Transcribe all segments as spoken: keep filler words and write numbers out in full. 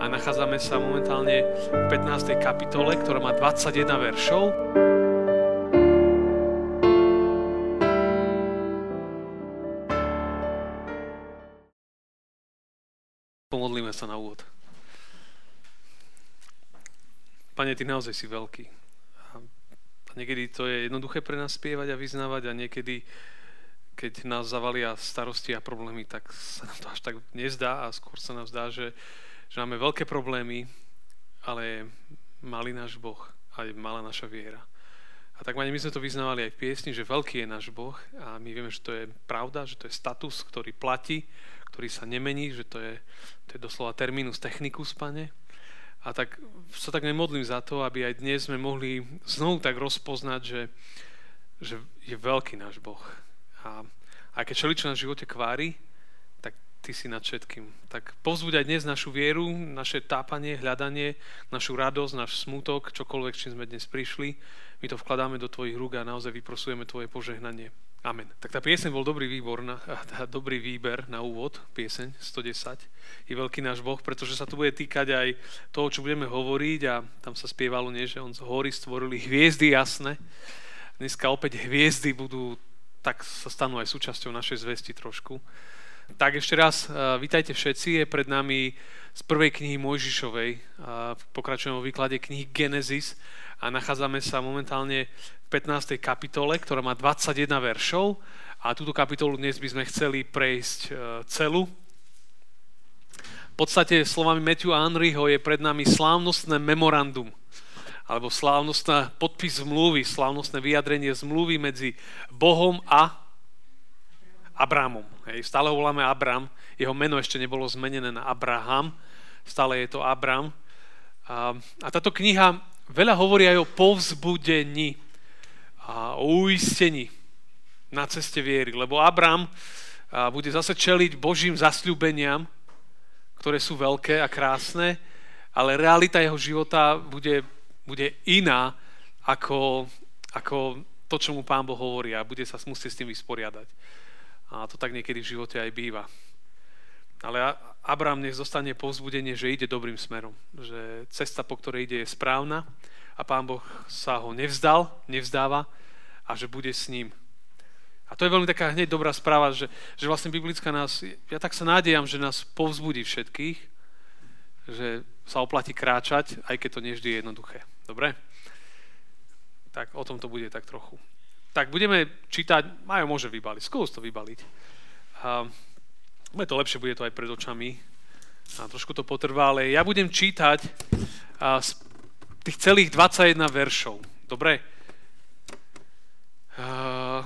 nachádzame sa momentálne v pätnástej kapitole, ktorá má dvadsaťjeden veršov. Pomodlíme sa na úvod. Pane, Ty naozaj si veľký. A niekedy to je jednoduché pre nás spievať a vyznávať a niekedy, keď nás zavalia starosti a problémy, tak sa nám to až tak nezdá a skôr sa nám zdá, že, že máme veľké problémy, ale malý náš Boh a malá naša viera. A tak, Pane, my sme to vyznávali aj v piesni, že veľký je náš Boh a my vieme, že to je pravda, že to je status, ktorý platí, ktorý sa nemení, že to je, to je doslova terminus technicus, Pane. A tak sa tak nemodlím za to, aby aj dnes sme mohli znovu tak rozpoznať, že, že je veľký náš Boh. A aj keď všeličo na živote kvári, tak Ty si nad všetkým. Tak povzbuď aj dnes našu vieru, naše tápanie, hľadanie, našu radosť, náš smútok, čokoľvek, čím sme dnes prišli. My to vkladáme do Tvojich rúk a naozaj vyprosujeme Tvoje požehnanie. Amen. Tak tá pieseň bol dobrý výbor, na, dobrý výber na úvod, pieseň sto desať. Je veľký náš Boh, pretože sa tu bude týkať aj toho, čo budeme hovoriť a tam sa spievalo, nie, že on z hory stvorili hviezdy jasné. Dneska opäť hviezdy budú, tak sa stanú aj súčasťou našej zvesti trošku. Tak ešte raz, vítajte všetci, je pred nami z prvej knihy Mojžišovej, pokračujeme vo výklade knihy Genesis a nachádzame sa momentálne v pätnástej kapitole, ktorá má dvadsaťjeden veršov a túto kapitolu dnes by sme chceli prejsť celú. V podstate slovami Matthewa Henryho je pred nami slávnostné memorandum alebo slávnostná podpis zmluvy, slávnostné vyjadrenie zmluvy medzi Bohom a Abramom. Hej, stále ho voláme Abram, jeho meno ešte nebolo zmenené na Abraham, stále je to Abram. A, a táto kniha veľa hovorí aj o povzbudení a o uistení na ceste viery, lebo Abram bude zase čeliť Božím zasľúbeniam, ktoré sú veľké a krásne, ale realita jeho života bude, bude iná ako, ako to, čo mu Pán Boh hovorí a bude sa musieť s tým vysporiadať. A to tak niekedy v živote aj býva. Ale Abram nech zostane povzbudenie, že ide dobrým smerom. Že cesta, po ktorej ide, je správna a Pán Boh sa ho nevzdal, nevzdáva a že bude s ním. A to je veľmi taká hneď dobrá správa, že, že vlastne biblická nás, ja tak sa nádejam, že nás povzbudí všetkých, že sa oplatí kráčať, aj keď to nie vždy je jednoduché. Dobre? Tak o tom to bude tak trochu. Tak budeme čítať, Majo môže vybaliť, skús to vybaliť. A bude to lepšie, bude to aj pred očami. A trošku to potrvá, ale ja budem čítať a, z tých celých dvadsaťjeden veršov. Dobre? A,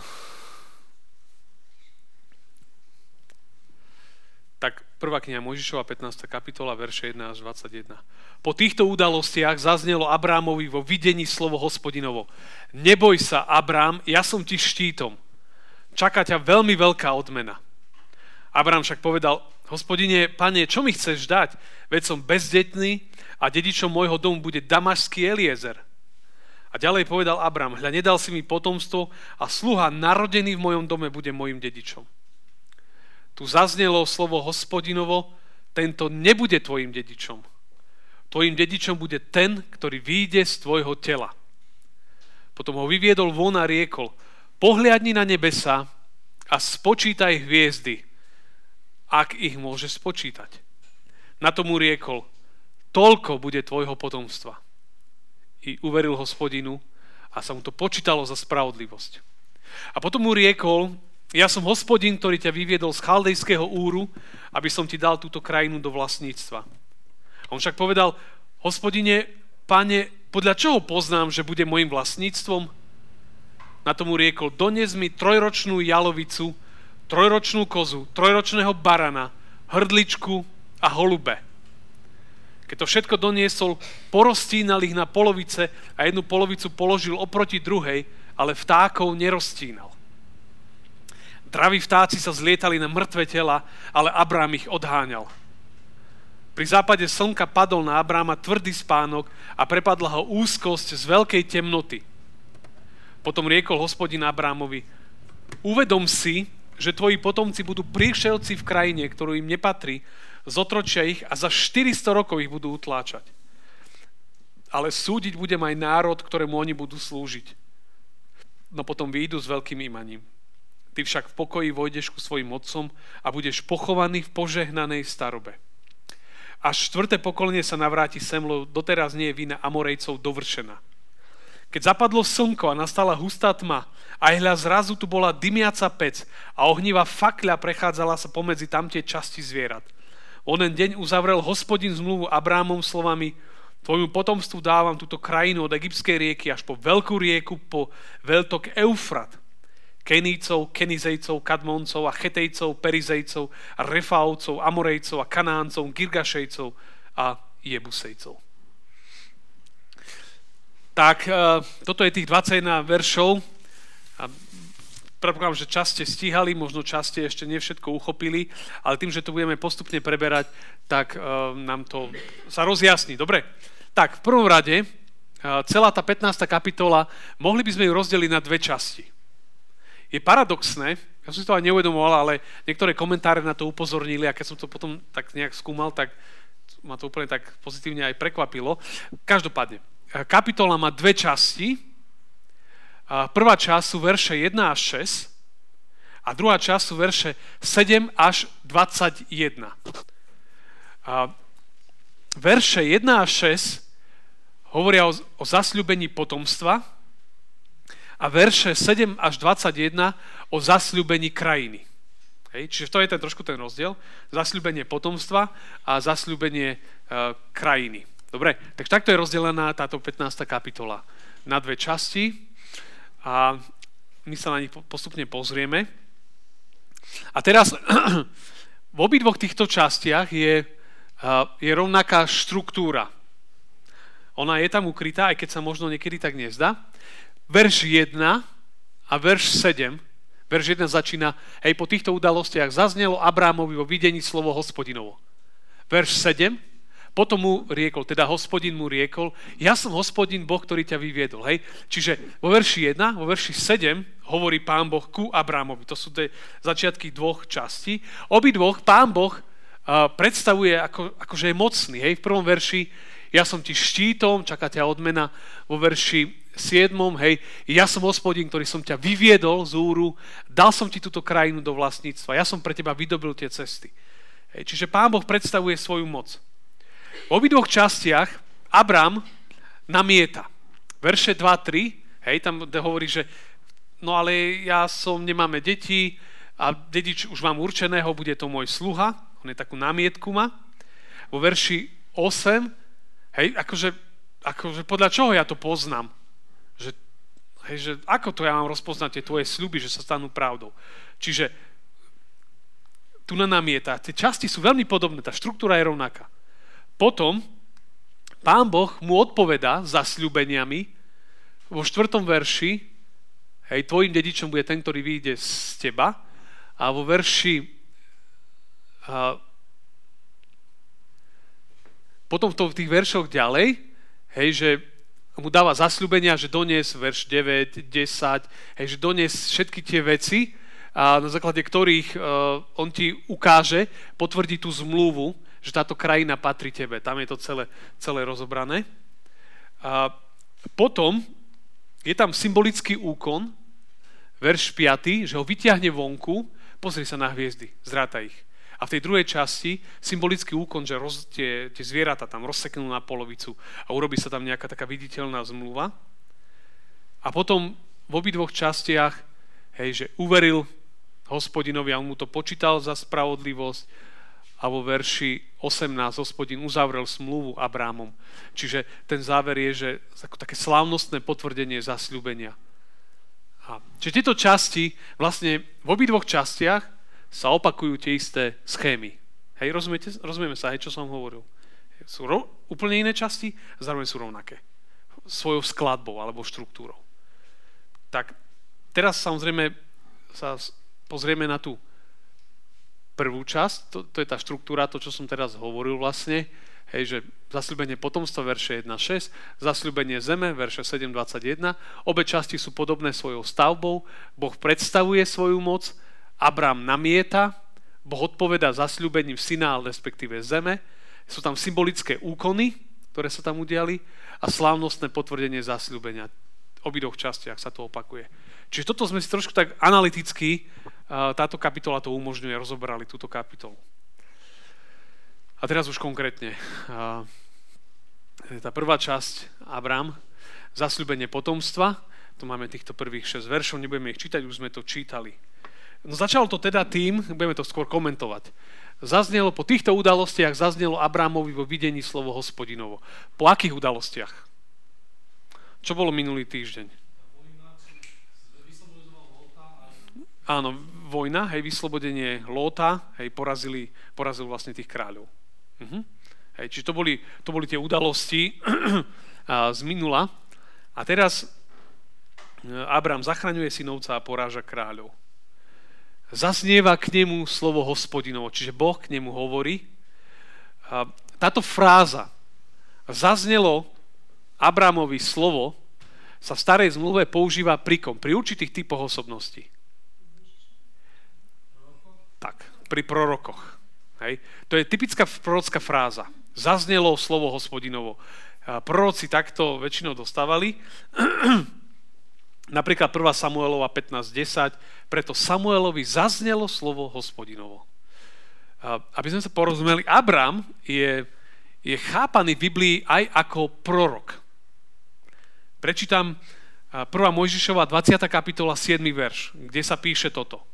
tak prvá kniha Mojžišova, pätnásta kapitola, verše jeden až dvadsaťjeden. Po týchto udalostiach zaznelo Abrámovi vo videní slovo Hospodinovo. Neboj sa, Abrám, ja som ti štítom. Čaká ťa veľmi veľká odmena. Abrám však povedal, Hospodine, Pane, čo mi chceš dať? Veď som bezdetný a dedičom môjho domu bude damašský Eliezer. A ďalej povedal Abrám, hľa, nedal si mi potomstvo a sluha narodený v mojom dome bude mojim dedičom. Tu zaznelo slovo Hospodinovo, tento nebude tvojim dedičom. Tvojim dedičom bude ten, ktorý vyjde z tvojho tela. Potom ho vyviedol von a riekol, pohliadni na nebesa a spočítaj hviezdy, ak ich môžeš spočítať. Na tomu riekol, toľko bude tvojho potomstva. I uveril Hospodinu a sa mu to počítalo za spravodlivosť. A potom mu riekol, ja som Hospodin, ktorý ťa vyviedol z Chaldejského Úru, aby som ti dal túto krajinu do vlastníctva. On však povedal, Hospodine, Pane, podľa čoho poznám, že bude mojim vlastníctvom? Na tomu riekol, dones mi trojročnú jalovicu, trojročnú kozu, trojročného barana, hrdličku a holube. Keď to všetko doniesol, poroztínal ich na polovice a jednu polovicu položil oproti druhej, ale vtákov neroztínal. Draví vtáci sa zlietali na mŕtve tela, ale Abrám ich odháňal. Pri západe slnka padol na Abráma tvrdý spánok a prepadla ho úzkosť z veľkej temnoty. Potom riekol Hospodin Abrámovi, uvedom si, že tvoji potomci budú príšerci v krajine, ktorú im nepatrí, zotročia ich a za štyristo rokov ich budú utláčať. Ale súdiť budem aj národ, ktorému oni budú slúžiť. No potom vyjdu s veľkým imaním. Ty však v pokoji vojdeš ku svojim otcom a budeš pochovaný v požehnanej starobe. Až štvrté pokolenie sa navráti sem, lebo doteraz nie je vina Amorejcov dovršená. Keď zapadlo slnko a nastala hustá tma, a hľa zrazu tu bola dymiaca pec a ohnivá fakľa prechádzala sa pomedzi tamtie časti zvierat. Onen deň uzavrel Hospodin zmluvu Abrámom slovami: tvojmu potomstvu dávam túto krajinu od egyptskej rieky až po veľkú rieku, po veľtok Eufrat. Kenícov, Kenizejcov, Kadmoncov a Chetejcov, Perizejcov a Refáovcov, Amorejcov a Kanáncov, Girgašejcov a Jebusejcov. Tak, toto je tých dvadsaťjeden veršov. A predpokladám, že časť ste stíhali, možno časť ste ešte nie všetko uchopili, ale tým, že to budeme postupne preberať, tak nám to sa rozjasní. Dobre? Tak, v prvom rade, celá tá pätnásta kapitola, mohli by sme ju rozdeliť na dve časti. Je paradoxné, ja som si to aj neuvedomoval, ale niektoré komentáre na to upozornili a keď som to potom tak nejak skúmal, tak ma to úplne tak pozitívne aj prekvapilo. Každopádne, kapitola má dve časti. Prvá časť sú verše jeden až šesť a druhá časť sú verše sedem až dvadsaťjeden. Verše jeden až šesť hovoria o, o zasľúbení potomstva a verše sedem až dvadsaťjeden o zasľúbení krajiny. Hej, čiže to je ten, trošku ten rozdiel. Zasľúbenie potomstva a zasľúbenie e, krajiny. Dobre, takže takto je rozdelená táto pätnásta kapitola na dve časti a my sa na nich postupne pozrieme. A teraz v obidvoch týchto častiach je, uh, je rovnaká štruktúra. Ona je tam ukrytá, aj keď sa možno niekedy tak nezdá. Verš jeden a verš sedem. Verš jeden začína: hej, po týchto udalostiach zaznelo Abrámovi vo videní slovo Hospodinovo. Verš sedem. Potom mu riekol, teda Hospodin mu riekol: ja som Hospodin Boh, ktorý ťa vyviedol. Hej? Čiže vo verši jeden, vo verši sedem hovorí Pán Boh ku Abrámovi. To sú tie začiatky dvoch častí. Obidvoch Pán Boh uh, predstavuje, ako, ako že je mocný. Hej? V prvom verši: ja som ti štítom, čaká ťa odmena. Vo verši siedmom, hej, ja som Hospodin, ktorý som ťa vyviedol z Úru, dal som ti túto krajinu do vlastníctva, ja som pre teba vydobil tie cesty. Hej? Čiže Pán Boh predstavuje svoju moc. V obidvoch častiach Abram namieta. Verše dva tri, hej, tam hovorí, že no ale ja som, nemáme deti a dedič už mám určeného, bude to môj sluha. On je takú námietku má. Vo verši osem, hej, akože, akože podľa čoho ja to poznám? Že, hej, že ako to ja mám rozpoznať tie tvoje sľuby, že sa stanú pravdou? Čiže tu na namieta. Tie časti sú veľmi podobné, tá štruktúra je rovnaká. Potom Pán Boh mu odpovedá za sľubeniami vo štvrtom verši: hej, tvojim dedičom bude ten, ktorý vyjde z teba. A vo verši a, potom v tých veršoch ďalej, hej, že mu dáva zasľubenia, že donies, verš deväť, desať, hej, že donies všetky tie veci, a na základe ktorých uh, on ti ukáže, potvrdí tú zmluvu, že táto krajina patrí tebe. Tam je to celé, celé rozobrané. A potom je tam symbolický úkon, verš piaty, že ho vyťahne vonku, pozri sa na hviezdy, zráta ich. A v tej druhej časti symbolický úkon, že roz, tie, tie zvieratá tam rozseknú na polovicu a urobí sa tam nejaká taká viditeľná zmluva. A potom v obidvoch častiach, hej, že uveril Hospodinovi a on mu to počítal za spravodlivosť. A vo verši osemnásť Hospodin uzavrel smluvu Abrámom. Čiže ten záver je, že ako také slávnostné potvrdenie zasľúbenia. A čiže tieto časti, vlastne v obidvoch častiach sa opakujú tie isté schémy. Hej, rozumiete? Rozumieme sa, hej, čo som hovoril. Sú ro- úplne iné časti, zároveň sú rovnaké. Svojou skladbou alebo štruktúrou. Tak teraz samozrejme sa pozrieme na tú prvú časť, to, to je tá štruktúra, to, čo som teraz hovoril vlastne, hej, že zasľúbenie potomstva, verše jeden šesť, zasľúbenie zeme, verše sedem dvadsaťjeden, obe časti sú podobné svojou stavbou, Boh predstavuje svoju moc, Abram namieta, Boh odpovedá zasľúbením syna, respektíve zeme. Sú tam symbolické úkony, ktoré sa tam udiali a slávnostné potvrdenie zasľúbenia. V obidvoch častiach sa to opakuje. Čiže toto sme si trošku tak analyticky, táto kapitola to umožňuje, rozobrali túto kapitolu. A teraz už konkrétne. Tá prvá časť, Abram, zasľúbenie potomstva, tu máme týchto prvých šesť veršov, nebudeme ich čítať, už sme to čítali. No začalo to teda tým, budeme to skôr komentovať. Zaznelo po týchto udalostiach, zaznelo Abrámovi vo videní slovo Hospodinovo. Po akých udalostiach? Čo bolo minulý týždeň? Áno, vojna, hej, vyslobodenie Lóta, hej, porazili, porazil vlastne tých kráľov. Mhm. Hej, čiže to boli, to boli tie udalosti z minula. A teraz Abram zachraňuje synovca a poráža kráľov. Zaznieva k nemu slovo Hospodinovo, čiže Boh k nemu hovorí. A táto fráza zaznelo Abramovi slovo sa v starej zmluve používa pri kom? Pri určitých typoch osobností. Tak, pri prorokoch. Hej. To je typická prorocká fráza. Zaznelo slovo Hospodinovo. A proroci takto väčšinou dostávali. Napríklad prvá Samuelova pätnásť desať, preto Samuelovi zaznelo slovo Hospodinovo. Aby sme sa porozumeli, Abram je, je chápaný v Biblii aj ako prorok. Prečítam prvá Mojžišova dvadsiata kapitola siedmy verš, kde sa píše toto.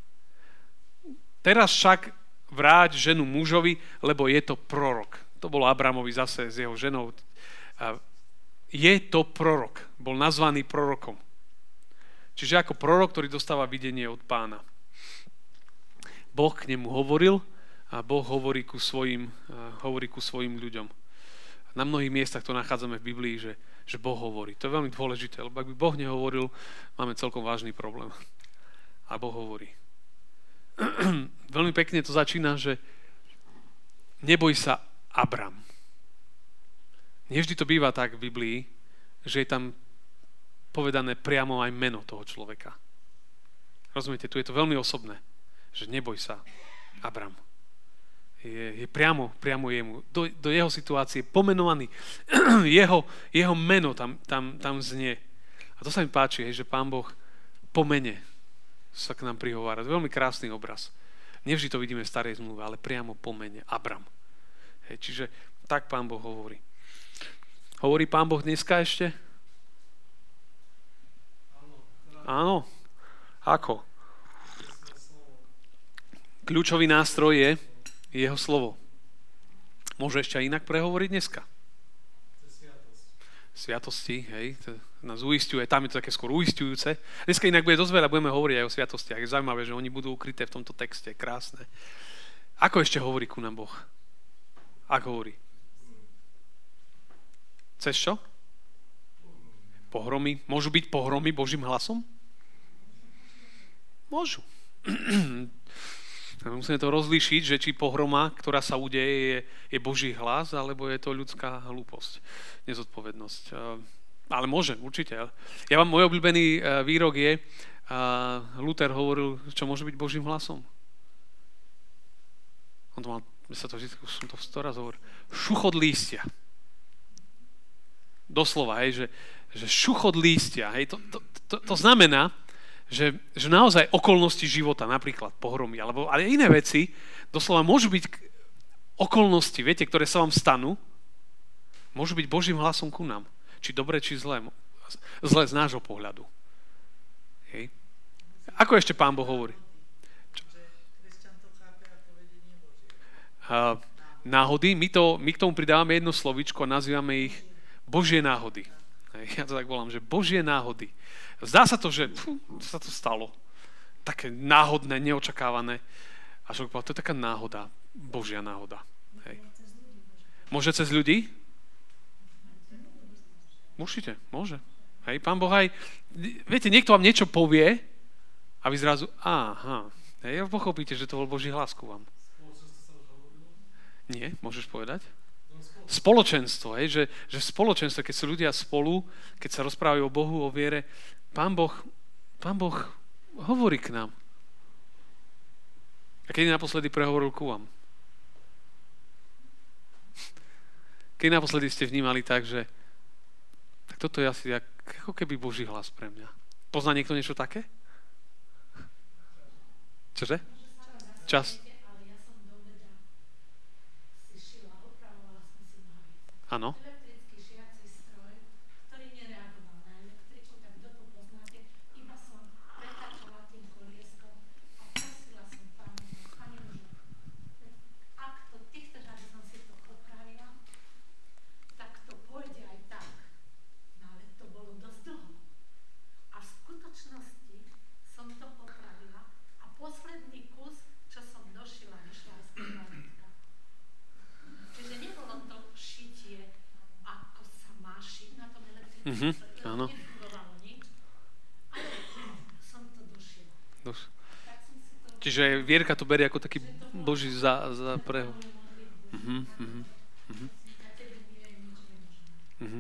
Teraz však vráť ženu mužovi, lebo je to prorok. To bolo Abramovi zase s jeho ženou. Je to prorok. Bol nazvaný prorokom. Čiže ako prorok, ktorý dostáva videnie od Pána. Boh k nemu hovoril a Boh hovorí ku svojim, hovorí ku svojim ľuďom. Na mnohých miestach to nachádzame v Biblii, že, že Boh hovorí. To je veľmi dôležité, lebo ak by Boh nehovoril, máme celkom vážny problém. A Boh hovorí. Veľmi pekne to začína, že neboj sa, Abram. Nevždy to býva tak v Biblii, že je tam povedané priamo aj meno toho človeka. Rozumiete, tu je to veľmi osobné, že neboj sa, Abram. Je, je priamo, priamo jemu. Do, do jeho situácie pomenovaný. jeho, jeho meno tam, tam, tam znie. A to sa mi páči, hej, že Pán Boh po mene sa k nám prihovára. To je veľmi krásny obraz. Nevždy to vidíme v starej zmluve, ale priamo po mene. Abram. Hej, čiže tak Pán Boh hovorí. Hovorí Pán Boh dneska ešte? Áno. Ako? Kľúčový nástroj je jeho slovo. Môže ešte aj inak prehovoriť dneska? Sviatosti, hej, to nás uisťuje, tam je to také skôr uisťujúce. Dneska inak bude dosť veľa, budeme hovoriť aj o sviatostiach. Je zaujímavé, že oni budú ukryté v tomto texte, krásne. Ako ešte hovorí ku nám Boh? Ako hovorí? Cez čo? Pohromy. Môžu byť pohromy Božím hlasom? Môžu. Musíme to rozlíšiť, že či pohroma, ktorá sa udeje, je, je Boží hlas, alebo je to ľudská hlúposť, nezodpovednosť. Ale môže, určite. Ja vám, môj obľúbený výrok je, Luther hovoril, čo môže byť Božím hlasom. On to mal, sa to vždy, už som to sto raz hovoril, šuchot lístia. Doslova, hej, že, že šuchot lístia. Hej, to, to, to, to znamená, Že, že naozaj okolnosti života, napríklad pohromy, alebo ale iné veci, doslova môžu byť okolnosti, viete, ktoré sa vám stanú, môžu byť Božím hlasom ku nám. Či dobre, či zlé. Zlé z nášho pohľadu. Hej. Ako ešte Pán Boh hovorí? Uh, náhody, my, to, my k tomu pridávame jedno slovíčko a nazývame ich Božie náhody. Hej, ja to tak volám, že Božie náhody. Zdá sa to, že fú, sa to stalo. Také náhodné, neočakávané. A človek povedal, to je taká náhoda, Božia náhoda. Hej. Môže cez ľudí? Určite, môže. Hej, Pán Boh aj, viete, niekto vám niečo povie a vy zrazu, aha, hej, pochopíte, že to bol Boží hlas ku vám. Nie, môžeš povedať? Spoločenstvo, hej, že, že spoločenstvo, keď sú ľudia spolu, keď sa rozprávajú o Bohu, o viere, Pán Boh, Pán Boh hovorí k nám. kedy naposledy prehovoril ku vám? Kedy naposledy ste vnímali tak, že tak toto je asi jak, ako keby Boží hlas pre mňa. Pozná niekto niečo také? Čože? Čas. Áno. Mhm, áno. Dos. Čiže Vierka to berie ako taký Boží za, za preho. Mhm, mhm, mhm. Mhm.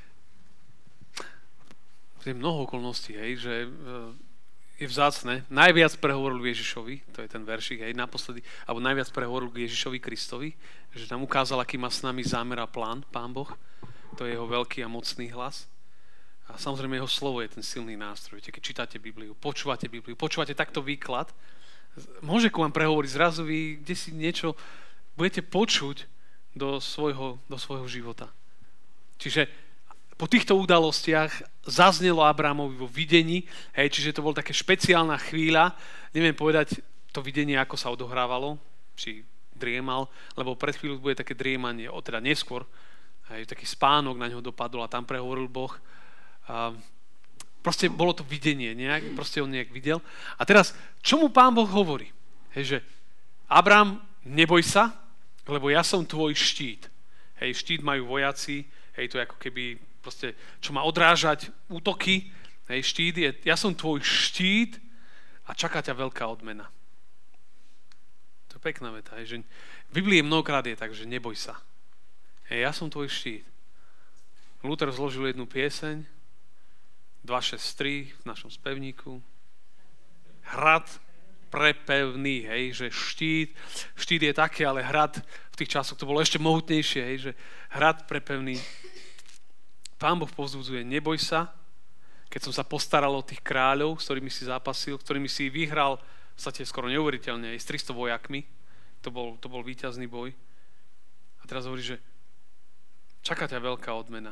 Je mnoho okolností, hej, že je vzácne. Najviac prehovoril Ježišovi, to je ten veršik, hej, naposledy, alebo najviac prehovoril k Ježišovi Kristovi, že nám ukázal, aký má s nami zámer a plán, Pán Boh. To je jeho veľký a mocný hlas. A samozrejme jeho slovo je ten silný nástroj. Keď čítate Bibliu, počúvate Bibliu, počúvate takto výklad, môže ku vám prehovoriť zrazu vy, kde si niečo budete počuť do svojho, do svojho života. Čiže po týchto udalostiach zaznelo Abrahamovi vo videní, hej, čiže to bol také špeciálna chvíľa, neviem povedať to videnie, ako sa odohrávalo, či driemal, lebo pred chvíľou bude také driemanie, teda neskôr, hej, taký spánok na ňo dopadol a tam prehovoril Boh. A proste bolo to videnie, nejak, proste on nejak videl. A teraz, čo mu Pán Boh hovorí? Hej, že Abraham, neboj sa, lebo ja som tvoj štít. Hej, štít majú vojaci, hej, to je ako keby proste, čo má odrážať útoky. Hej, štít je, ja som tvoj štít a čaká ťa veľká odmena. To je pekná veta, hej, že v Biblii mnohokrát je tak, že neboj sa. Hej, ja som tvoj štít. Luther zložil jednu pieseň, dva šesť tri v našom spevníku. Hrad prepevný, hej, že štít, štít je také, ale hrad v tých časoch to bolo ešte mohutnejšie, hej, že hrad prepevný. Pán Boh povzbudzuje, neboj sa, keď som sa postaral o tých kráľov, s ktorými si zápasil, s ktorými si vyhral, v podstate skoro neuveriteľne, aj s tristo vojakmi, to bol, to bol víťazný boj. A teraz hovorí, že čaká ťa veľká odmena.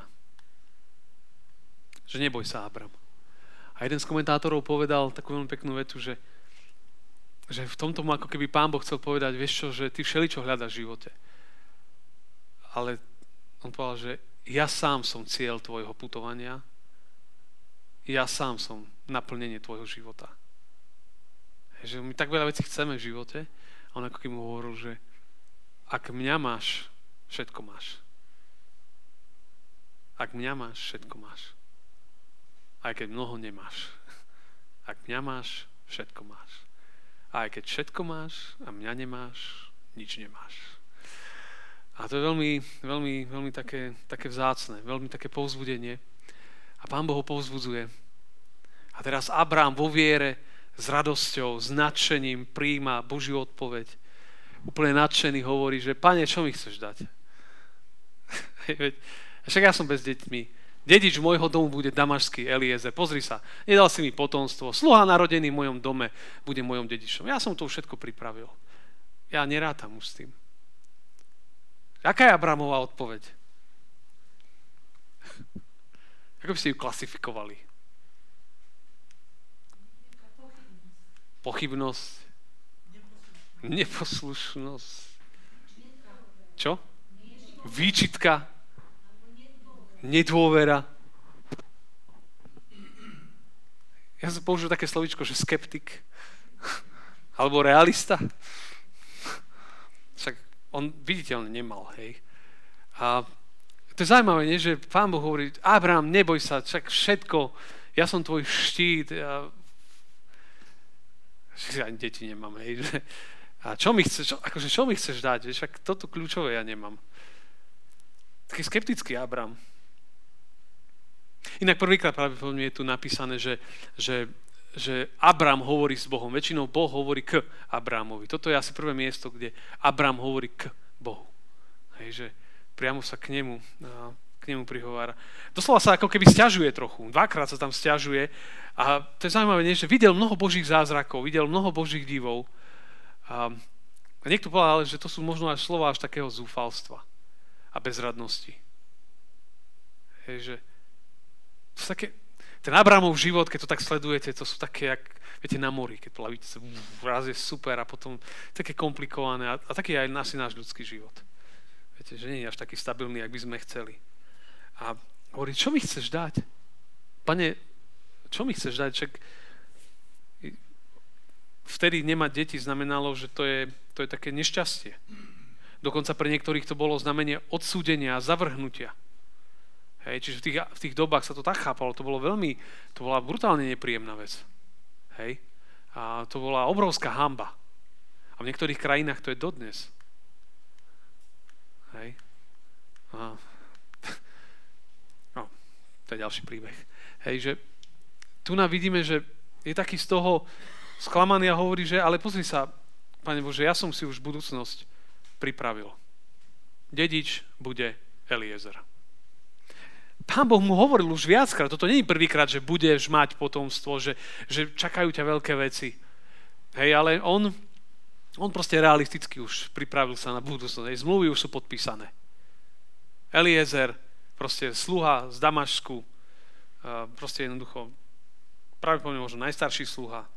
Že neboj sa, Abram. A jeden z komentátorov povedal takú veľmi peknú vetu, že, že v tomto mu ako keby Pán Boh chcel povedať, vieš čo, že ty všeličo hľadaš v živote. Ale on povedal, že ja sám som cieľ tvojho putovania, ja sám som naplnenie tvojho života. Že my tak veľa vecí chceme v živote a on ako keby mu hovoril, že ak mňa máš, všetko máš. Ak mňa máš, všetko máš. Aj keď mnoho nemáš. Ak mňa máš, všetko máš. A aj keď všetko máš a mňa nemáš, nič nemáš. A to je veľmi, veľmi, veľmi také, také vzácne, veľmi také povzbudenie. A Pán Boh ho povzbudzuje. A teraz Abraham vo viere, s radosťou, s nadšením prijíma Božiu odpoveď. Úplne nadšený hovorí, že Pane, čo mi chceš dať? Však ja som bez deťmi. Dedič môjho domu bude damašský Eliezer. Pozri sa, nedal si mi potomstvo. Sluha narodený v mojom dome bude mojom dedičom. Ja som to všetko pripravil. Ja nerátam už s tým. Aká je Abrahamová odpoveď? Ako by ste ju klasifikovali? Pochybnosť. Neposlušnosť. Čo? Výčitka. Nedôvera. Ja som použil také slovíčko, že skeptik. Alebo realista. Však on viditeľne nemal, hej. A to je zaujímavé, nie? Že Pán Boh hovorí, Abraham, neboj sa, však všetko, ja som tvoj štít. Ja, ja ani deti nemám, hej. A čo mi chceš, akože čo mi chceš dať? Však toto kľúčové ja nemám. Taký skeptický Abraham. Inak prvýkrát pravdepodobne je tu napísané, že, že, že Abram hovorí s Bohom. Väčšinou Boh hovorí k Abramovi. Toto je asi prvé miesto, kde Abram hovorí k Bohu. Hej, že priamo sa k nemu, k nemu prihovára. Doslova sa ako keby sťažuje trochu. Dvakrát sa tam sťažuje. A to je zaujímavé, že videl mnoho Božích zázrakov, videl mnoho Božích divov. A niekto povedal, že to sú možno až slova až takého zúfalstva a bezradnosti. Hej, že to sú také, ten Abramov život, keď to tak sledujete, to sú také, jak, viete, na mori, keď plavíte, raz je super a potom také komplikované a, a taký je aj asi náš ľudský život. Viete, že nie je až taký stabilný, jak by sme chceli. A hovorí, čo mi chceš dať? Pane, čo mi chceš dať? Však vtedy nemať deti znamenalo, že to je, to je také nešťastie. Dokonca pre niektorých to bolo znamenie odsúdenia a zavrhnutia. Hej, čiže v tých, v tých dobách sa to tak chápalo, to bolo veľmi, to bola brutálne nepríjemná vec. Hej? A to bola obrovská hanba. A v niektorých krajinách to je dodnes. Hej? A... No, to je ďalší príbeh. Hej, že tu nám vidíme, že je taký z toho sklamaný a hovorí, že ale pozri sa, Pane Bože, ja som si už budúcnosť pripravil. Dedič bude Eliezer. Pán Boh mu hovoril už viackrát, toto nie je prvýkrát, že budeš mať potomstvo, že, že čakajú ťa veľké veci. Hej, ale on, on proste realisticky už pripravil sa na budúcnosť. Hej, zmluvy už sú podpísané. Eliezer, proste sluha z Damašku, proste jednoducho, pravdepodobne možno najstarší sluha.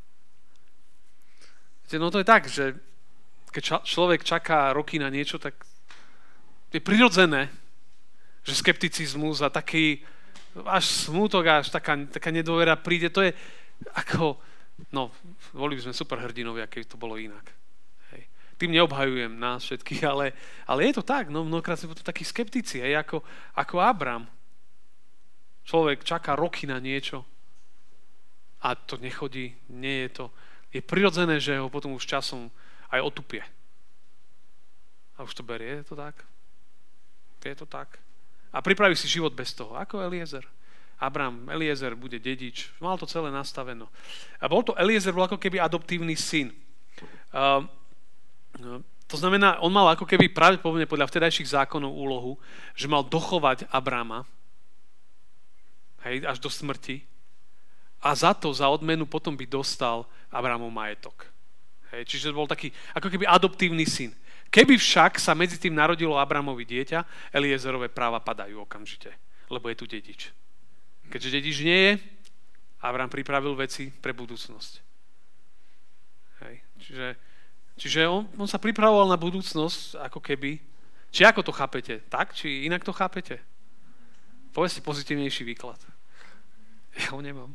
No to je tak, že keď človek čaká roky na niečo, tak je prirodzené, že skepticizmus a taký až smútok, až taká, taká nedôvera príde. To je ako, no, boli by sme superhrdinovia, keď to bolo inak. Hej. Tým neobhajujem nás všetkých, ale, ale je to tak, no mnohokrát sme to takí skeptici, hej, ako, ako Abram. Človek čaká roky na niečo a to nechodí, nie je to. Je prirodzené, že ho potom už časom aj otupie. A už to berie, je to tak? Je to tak? A pripraví si život bez toho. Ako Eliezer. Abram, Eliezer bude dedič. Mal to celé nastaveno. A bol to, Eliezer bol ako keby adoptívny syn. Uh, to znamená, on mal ako keby pravdepodobne podľa vtedajších zákonov úlohu, že mal dochovať Abrama, hej, až do smrti. A za to, za odmenu potom by dostal Abramov majetok. Hej, čiže bol taký ako keby adoptívny syn. Keby však sa medzi tým narodilo Abramovi dieťa, Eliezerové práva padajú okamžite, lebo je tu dedič. Keďže dedič nie je, Abram pripravil veci pre budúcnosť. Hej. Čiže, čiže on, on sa pripravoval na budúcnosť, ako keby. Či ako to chápete? Tak? Či inak to chápete? Povedzte pozitívnejší výklad. Ja ho nemám.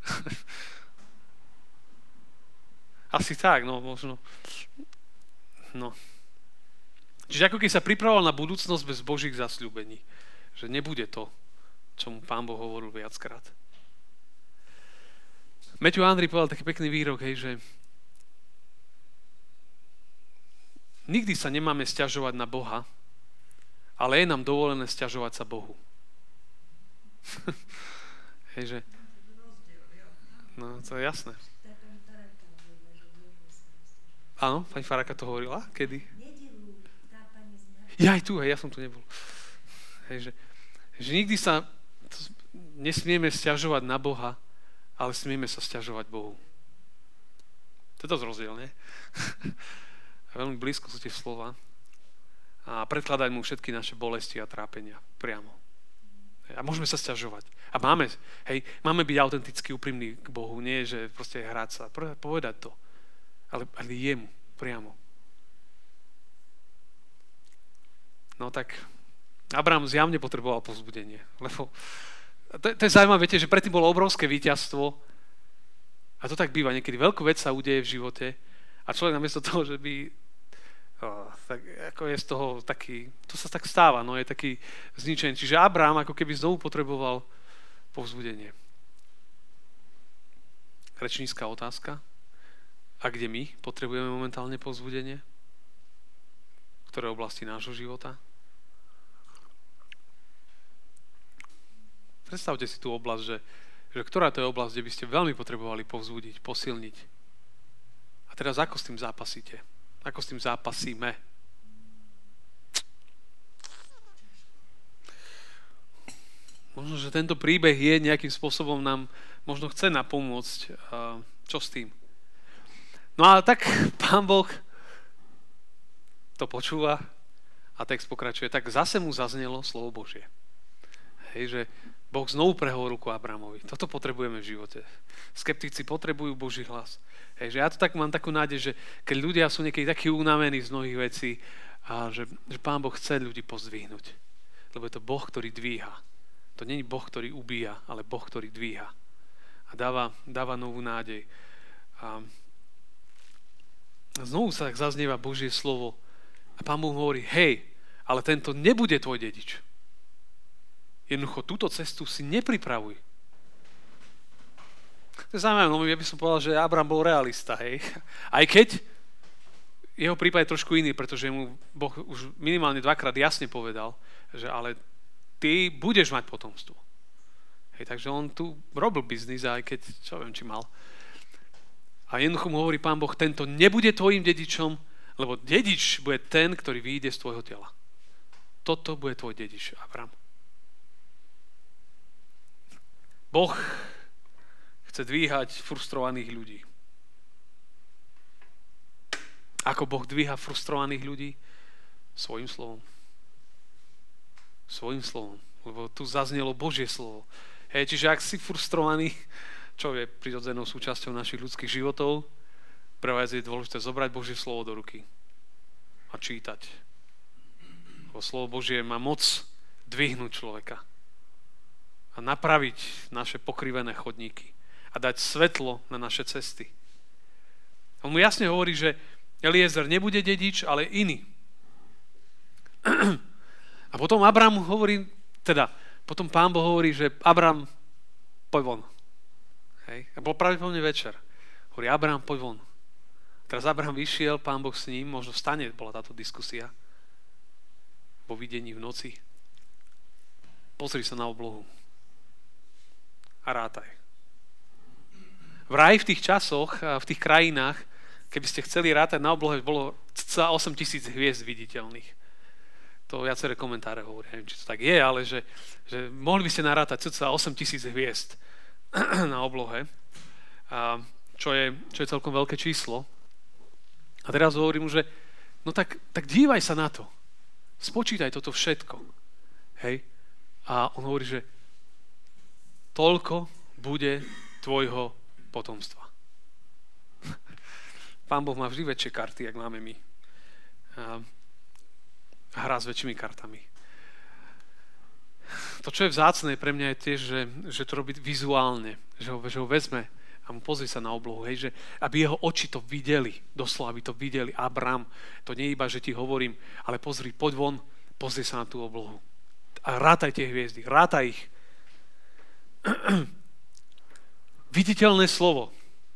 Asi tak, no možno. No. Čiže ako keď sa pripravoval na budúcnosť bez Božích zasľúbení. Že nebude to, čo mu Pán Boh hovoril viackrát. Matthew Henry povedal taký pekný výrok, hej, že nikdy sa nemáme sťažovať na Boha, ale je nám dovolené sťažovať sa Bohu. Hej, že... No, to je jasné. Áno, pani Faraka to hovorila? Kedy? Ja aj tu, hej, ja som tu nebol. Hej, že, že nikdy sa nesmieme sťažovať na Boha, ale smieme sa sťažovať Bohu. To je dosť rozdiel, nie? Veľmi blízko sú tie slova. A predkladať mu všetky naše bolesti a trápenia priamo. A môžeme sa sťažovať. A máme, hej, máme byť autenticky úprimní k Bohu, nie že proste hrať sa, povedať to. Ale, ale jemu, priamo. No tak Abraham zjavne potreboval povzbudenie, lebo to, to je zaujímavé, viete, že predtým bolo obrovské víťazstvo a to tak býva, niekedy veľkú vec sa udeje v živote a človek namiesto toho, že by oh, tak ako je z toho taký, to sa tak stáva, no je taký zničený. Čiže Abraham ako keby znovu potreboval povzbudenie. Rečnícka otázka. A kde my potrebujeme momentálne povzbudenie? V ktorej oblasti nášho života? Predstavte si tú oblasť, že, že ktorá to je oblasť, kde by ste veľmi potrebovali povzbudiť, posilniť. A teraz ako s tým zápasíte? Ako s tým zápasíme? Možno, že tento príbeh je nejakým spôsobom nám možno chce napomôcť. Čo s tým? No a tak Pán Boh to počúva a text pokračuje. Tak zase mu zaznelo slovo Božie. Hej, že Boh znovu prehovoril ku Abramovi. Toto potrebujeme v živote. Skeptici potrebujú Boží hlas. Hej, že ja to tak mám takú nádej, že keď ľudia sú niekedy takí unavení z mnohých vecí, a že, že Pán Boh chce ľudí pozdvihnúť. Lebo je to Boh, ktorý dvíha. To nie je Boh, ktorý ubíja, ale Boh, ktorý dvíha. A dáva, dáva novú nádej. A znovu sa tak zaznieva Božie slovo. A Pán Boh hovorí, hej, ale tento nebude tvoj dedič. Jednoducho túto cestu si nepripravuj. To je zaujímavé, no ja by som povedal, že Abram bol realista, hej. Aj keď jeho prípad je trošku iný, pretože mu Boh už minimálne dvakrát jasne povedal, že ale ty budeš mať potomstvo. Hej, takže on tu robil biznis, aj keď, čo viem, či mal. A jednoducho mu hovorí Pán Boh, tento nebude tvojim dedičom, lebo dedič bude ten, ktorý vyjde z tvojho tela. Toto bude tvoj dedič, Abram. Boh chce dvíhať frustrovaných ľudí. Ako Boh dvíha frustrovaných ľudí? Svojím slovom. Svojím slovom. Lebo tu zaznelo Božie slovo. Hej, čiže ak si frustrovaný, čo je prirodzenou súčasťou našich ľudských životov, pre vás je dôležité zobrať Božie slovo do ruky a čítať. Lebo slovo Božie má moc dvihnúť človeka a napraviť naše pokrivené chodníky a dať svetlo na naše cesty. On mu jasne hovorí, že Eliezer nebude dedič, ale iný. A potom Abram hovorí, teda, potom Pán Boh hovorí, že Abram, poď von. Hej. A bol pravdepodobne večer. Hovorí, Abram, poď von. Teraz Abram vyšiel, Pán Boh s ním, možno vstane, bola táto diskusia, vo videní v noci. Pozri sa na oblohu a rátaj. Vraj v tých časoch, v tých krajinách, keby ste chceli rátať na oblohe, bolo cca osem tisíc hviezd viditeľných. To viaceré komentáre hovoria, neviem, či to tak je, ale že, že mohli by ste narátať cca osem tisíc hviezd na oblohe, a čo, je, čo je celkom veľké číslo. A teraz hovorím mu, že no tak, tak dívaj sa na to. Spočítaj toto všetko. Hej? A on hovorí, že toľko bude tvojho potomstva. Pán Boh má vždy väčšie karty, jak máme my. A hrá s väčšími kartami. To, čo je vzácne pre mňa je tiež, že, že to robí vizuálne. Že ho, že ho vezme a mu pozrie sa na oblohu, hej, že aby jeho oči to videli, doslova aby to videli. Abram, to nie iba, že ti hovorím, ale pozri, poď von, pozri sa na tú oblohu. A rátaj tie hviezdy, rátaj ich. Viditeľné slovo.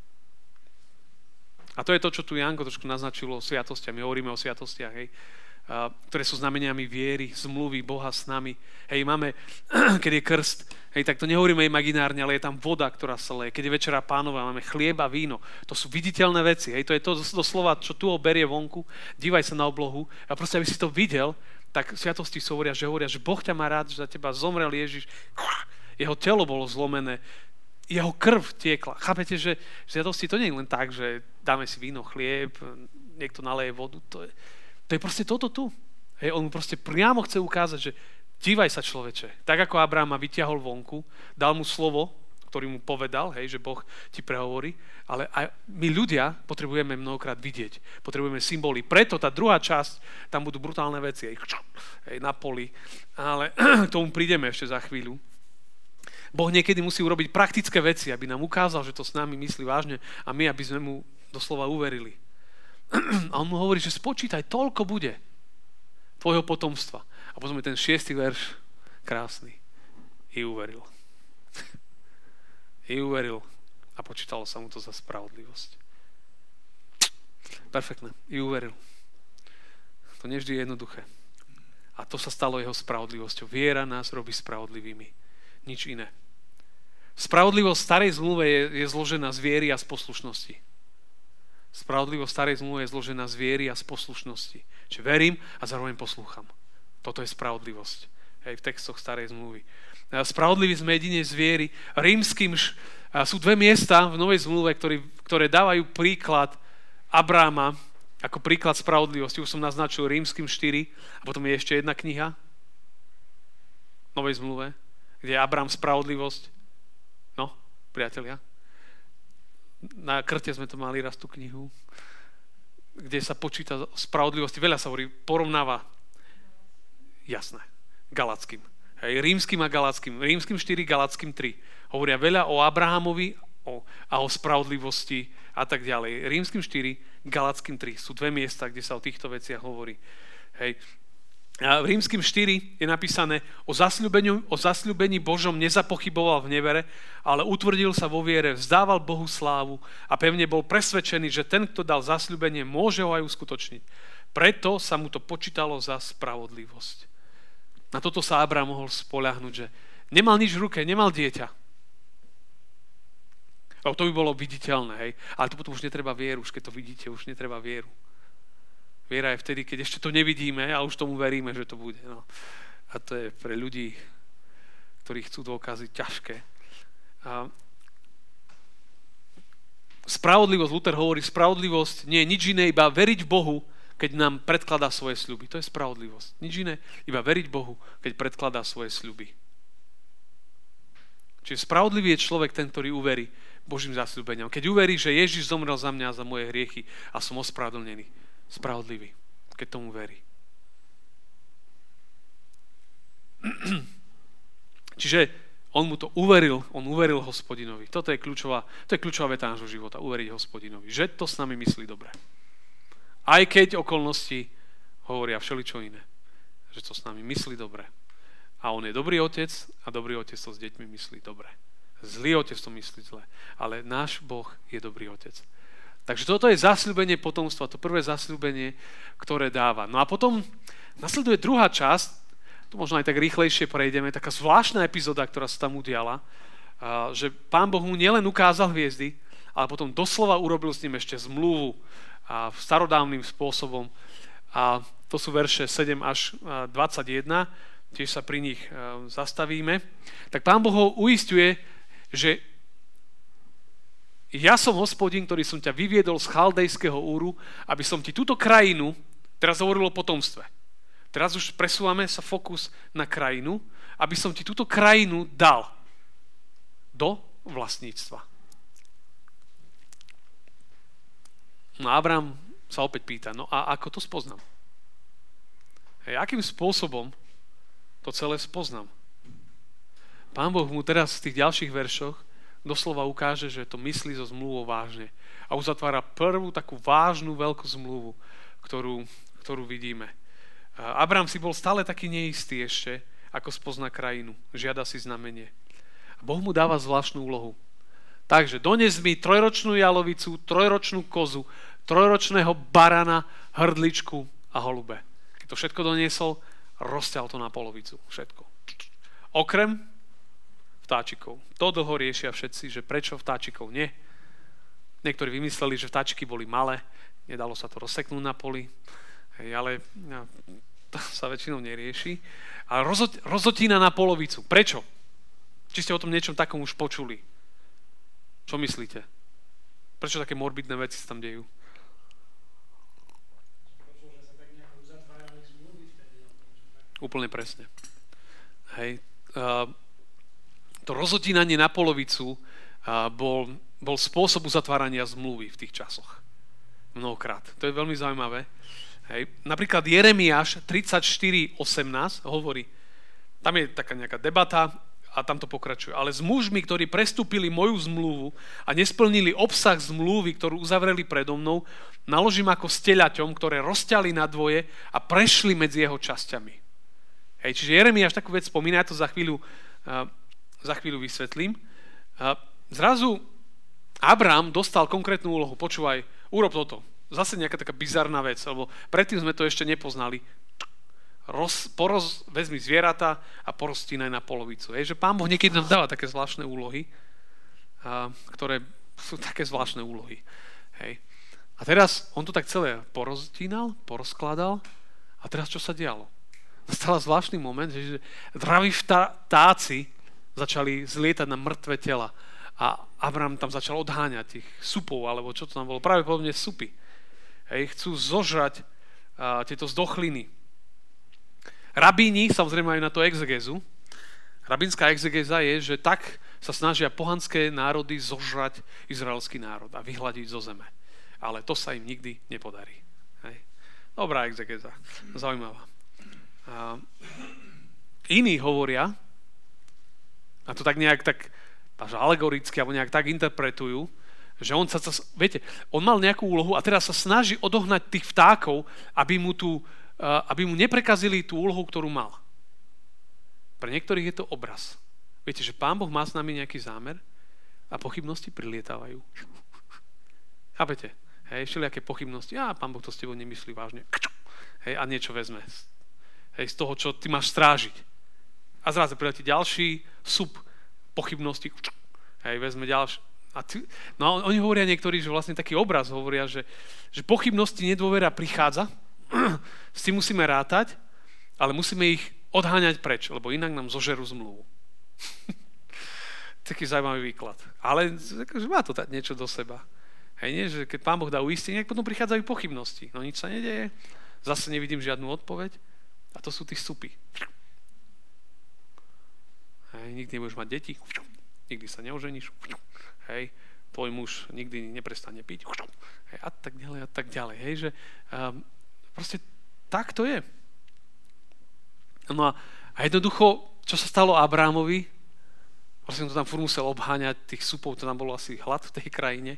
A to je to, čo tu Janko trošku naznačilo o sviatostiach. My hovoríme o sviatostiach, hej, a, ktoré sú znameniami viery, zmluvy Boha s nami. Hej, máme, keď je krst, hej, tak to nehovoríme imaginárne, ale je tam voda, ktorá sa leje. Keď je Večera Pánova, máme chlieb a víno. To sú viditeľné veci. Hej, to je to doslova, čo tu berie vonku. Dívaj sa na oblohu a proste, aby si to videl, tak sviatosti sú hovoria, že hovoria, že Boh ťa má rád, že za teba zomrel Ježiš. Jeho telo bolo zlomené, jeho krv tiekla. Chápete, že sviatosti to nie je len tak, že dáme si víno, chlieb, niekto naleje vodu. To je, to je proste toto tu. Hej, on mu proste priamo chce ukázať, že dívaj sa, človeče. Tak ako Abraham ma vyťahol vonku, dal mu slovo, ktorý mu povedal, hej, že Boh ti prehovorí, ale aj my ľudia potrebujeme mnohokrát vidieť. Potrebujeme symboly. Preto tá druhá časť, tam budú brutálne veci, hej, hej, na poli. Ale k tomu prídeme ešte za chvíľu. Boh niekedy musí urobiť praktické veci, aby nám ukázal, že to s nami myslí vážne a my, aby sme mu doslova uverili. A on mu hovorí, že spočítaj, toľko bude tvojho potomstva. A potom je ten šiestý verš krásny. I uveril. I uveril. A počítalo sa mu to za spravodlivosť. Perfektné. I uveril. To nevždy je jednoduché. A to sa stalo jeho spravodlivosťou. Viera nás robí spravodlivými. Nič iné. Spravodlivosť starej zmluve je, je zložená z viery a z poslušnosti. Spravodlivosť starej zmluve je zložená z viery a z poslušnosti. Čiže verím a zároveň poslúcham. Toto je spravodlivosť. Hej, v textoch starej zmluvy. Spravodliví sme jedine z viery. Rímskym sú dve miesta v Novej zmluve, ktoré, ktoré dávajú príklad Abráma ako príklad spravodlivosti. Už som naznačil Rímskym štyri a potom je ešte jedna kniha v Novej zmluve, kde je Abrám spravodlivosť. No, priatelia. Na Krte sme to mali raz tú knihu, kde sa počíta o spravodlivosti. Veľa sa hovorí, porovnáva. Jasné. Galackým. Hej, Rímskym a Galackým. Rímskym štyri, Galackým tri. Hovoria veľa o Abrahamovi o, a o spravodlivosti a tak ďalej. Rímskym štyri, Galackým tri. Sú dve miesta, kde sa o týchto veciach hovorí. Hej. A v Rímskym štyri je napísané, o zasľúbení, o zasľúbení Božom nezapochyboval v nevere, ale utvrdil sa vo viere, vzdával Bohu slávu a pevne bol presvedčený, že ten, kto dal zasľúbenie, môže ho aj uskutočniť. Preto sa mu to počítalo za spravodlivosť. Na toto sa Abrám mohol spoľahnúť, že nemal nič v ruke, nemal dieťa. O, to by bolo viditeľné, hej. Ale to potom už netreba vieru, už keď to vidíte, už netreba vieru. Viera je vtedy, keď ešte to nevidíme a už tomu veríme, že to bude. No. A to je pre ľudí, ktorí chcú dôkazy, ťažké. A spravodlivosť, Luther hovorí, spravodlivosť nie je nič iné, iba veriť Bohu, keď nám predkladá svoje sľuby. To je spravodlivosť. Nič iné, iba veriť Bohu, keď predkladá svoje sľuby. Čiže spravodlivý je človek ten, ktorý uverí Božím zasľúbeniam. Keď uverí, že Ježiš zomrel za mňa a za moje hriechy a som ospravedlnený. Spravodlivý, keď tomu verí. Čiže on mu to uveril, on uveril Hospodinovi. Toto je kľúčová, to je kľúčová veta nášho života, uveriť Hospodinovi, že to s nami myslí dobre. Aj keď okolnosti hovoria všeličo iné, že to s nami myslí dobre. A on je dobrý otec a dobrý otec to s deťmi myslí dobre. Zlý otec to myslí zle, ale náš Boh je dobrý otec. Takže toto je zasľúbenie potomstva, to prvé zasľúbenie, ktoré dáva. No a potom nasleduje druhá časť, tu možno aj tak rýchlejšie prejdeme, taká zvláštna epizóda, ktorá sa tam udiala, že Pán Boh mu nielen ukázal hviezdy, ale potom doslova urobil s ním ešte zmluvu a starodávnym spôsobom. A to sú verše sedem až dvadsaťjeden, tiež sa pri nich zastavíme. Tak Pán Boh ho uisťuje, že ja som Hospodin, ktorý som ťa vyviedol z Chaldejského Úru, aby som ti túto krajinu, teraz hovorilo o potomstve, teraz už presúvame sa fokus na krajinu, aby som ti túto krajinu dal do vlastníctva. No a Abrám sa opäť pýta, no a ako to spoznám? Hej, akým spôsobom to celé spoznám? Pán Boh mu teraz v tých ďalších veršoch doslova ukáže, že to myslí so zmluvou vážne. A uzatvára prvú takú vážnu veľkú zmluvu, ktorú, ktorú vidíme. Abrám si bol stále taký neistý ešte, ako spozná krajinu. Žiada si znamenie. A Boh mu dáva zvláštnu úlohu. Takže dones mi trojročnú jalovicu, trojročnú kozu, trojročného barana, hrdličku a holube. Keď to všetko doniesol, rozťal to na polovicu. Všetko. Okrem vtáčikov. To dlho riešia všetci, že prečo vtáčikov nie. Niektorí vymysleli, že vtáčiky boli malé, nedalo sa to rozseknúť na poli, hej, ale no, to sa väčšinou nerieši. Ale rozho- rozotína na polovicu. Prečo? Či ste o tom niečom takom už počuli? Čo myslíte? Prečo také morbidné veci sa tam dejú? Úplne presne. Hej. Uh, To rozhodínanie na polovicu bol, bol spôsob uzatvárania zmluvy v tých časoch. Mnohokrát. To je veľmi zaujímavé. Hej. Napríklad Jeremiáš tridsaťštyri osemnásť hovorí, tam je taká nejaká debata a tam to pokračuje. Ale s mužmi, ktorí prestúpili moju zmluvu a nesplnili obsah zmluvy, ktorú uzavreli predo mnou, naložím ako s telaťom, ktoré rozťali na dvoje a prešli medzi jeho časťami. Hej. Čiže Jeremiáš takú vec spomína, ja to za chvíľu za chvíľu vysvetlím. A zrazu Abrám dostal konkrétnu úlohu. Počúvaj, urob toto. Zase nejaká taká bizarná vec, lebo predtým sme to ešte nepoznali. Roz, poroz, vezmi zvieratá a poroztínaj na polovicu. Je, že Pán Boh niekedy nám dáva také zvláštne úlohy a, ktoré sú také zvláštne úlohy. Hej. A teraz on to tak celé porozdínal, porozkladal a teraz čo sa dialo? Nastal zvláštny moment, že draví vtáci začali zlietať na mŕtve tela a Abraham tam začal odháňať tých supov, alebo čo to tam bolo, práve podobne supy. Hej, chcú zožrať a, tieto zdochliny. Rabíni samozrejme majú na to exegézu. Rabínska exegéza je, že tak sa snažia pohanské národy zožrať izraelský národ a vyhľadiť zo zeme. Ale to sa im nikdy nepodarí. Hej. Dobrá exegéza. Zaujímavá. A iní hovoria, a to tak nejak tak až alegoricky, alebo nejak tak interpretujú, že on sa, viete, on mal nejakú úlohu a teraz sa snaží odohnať tých vtákov, aby mu, tu, aby mu neprekazili tú úlohu, ktorú mal. Pre niektorých je to obraz. Viete, že Pán Boh má s nami nejaký zámer a pochybnosti prilietávajú. Chápete? Hej, všelijaké pochybnosti. Á, Pán Boh to s tebou nemyslí vážne. Hej, a niečo vezme. Hej, z toho, čo ty máš strážiť. A zrazu príde ti ďalší sub pochybnosti. Hej, vezme ďalší. A ty, no oni hovoria niektorí, že vlastne taký obraz hovoria, že, že pochybnosti, nedôvera prichádza, s tým musíme rátať, ale musíme ich odháňať preč, lebo inak nám zožerú zmluvu. Taký zaujímavý výklad. Ale že má to dať niečo do seba. Hej, nie, že keď Pán Boh dá uistenie, potom prichádzajú pochybnosti. No nič sa nedeje, zase nevidím žiadnu odpoveď a to sú tí supy. Hej, nikdy nebudeš mať deti, nikdy sa neoženíš, hej, tvoj muž nikdy neprestane piť, hej, a tak ďalej, a tak ďalej. Hej, že um, proste tak to je. No a, a jednoducho, čo sa stalo Abrahamovi, proste to tam furt musel obháňať, tých supov, to tam bolo asi hlad v tej krajine.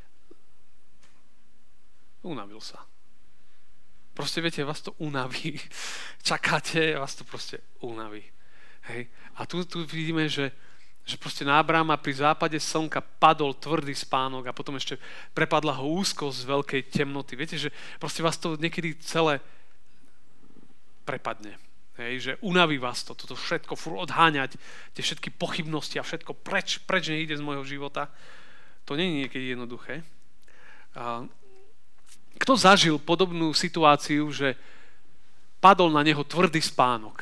Unavil sa. Proste viete, vás to unaví. Čakáte, vás to proste unaví. Hej. A tu, tu vidíme, že, že proste na Abrahama pri západe slnka padol tvrdý spánok a potom ešte prepadla ho úzkosť z veľkej temnoty. Viete, že proste vás to niekedy celé prepadne. Hej, že unaví vás to, toto všetko, furt odháňať, tie všetky pochybnosti a všetko preč, preč nejde z môjho života. To nie je niekedy jednoduché. A kto zažil podobnú situáciu, že padol na neho tvrdý spánok?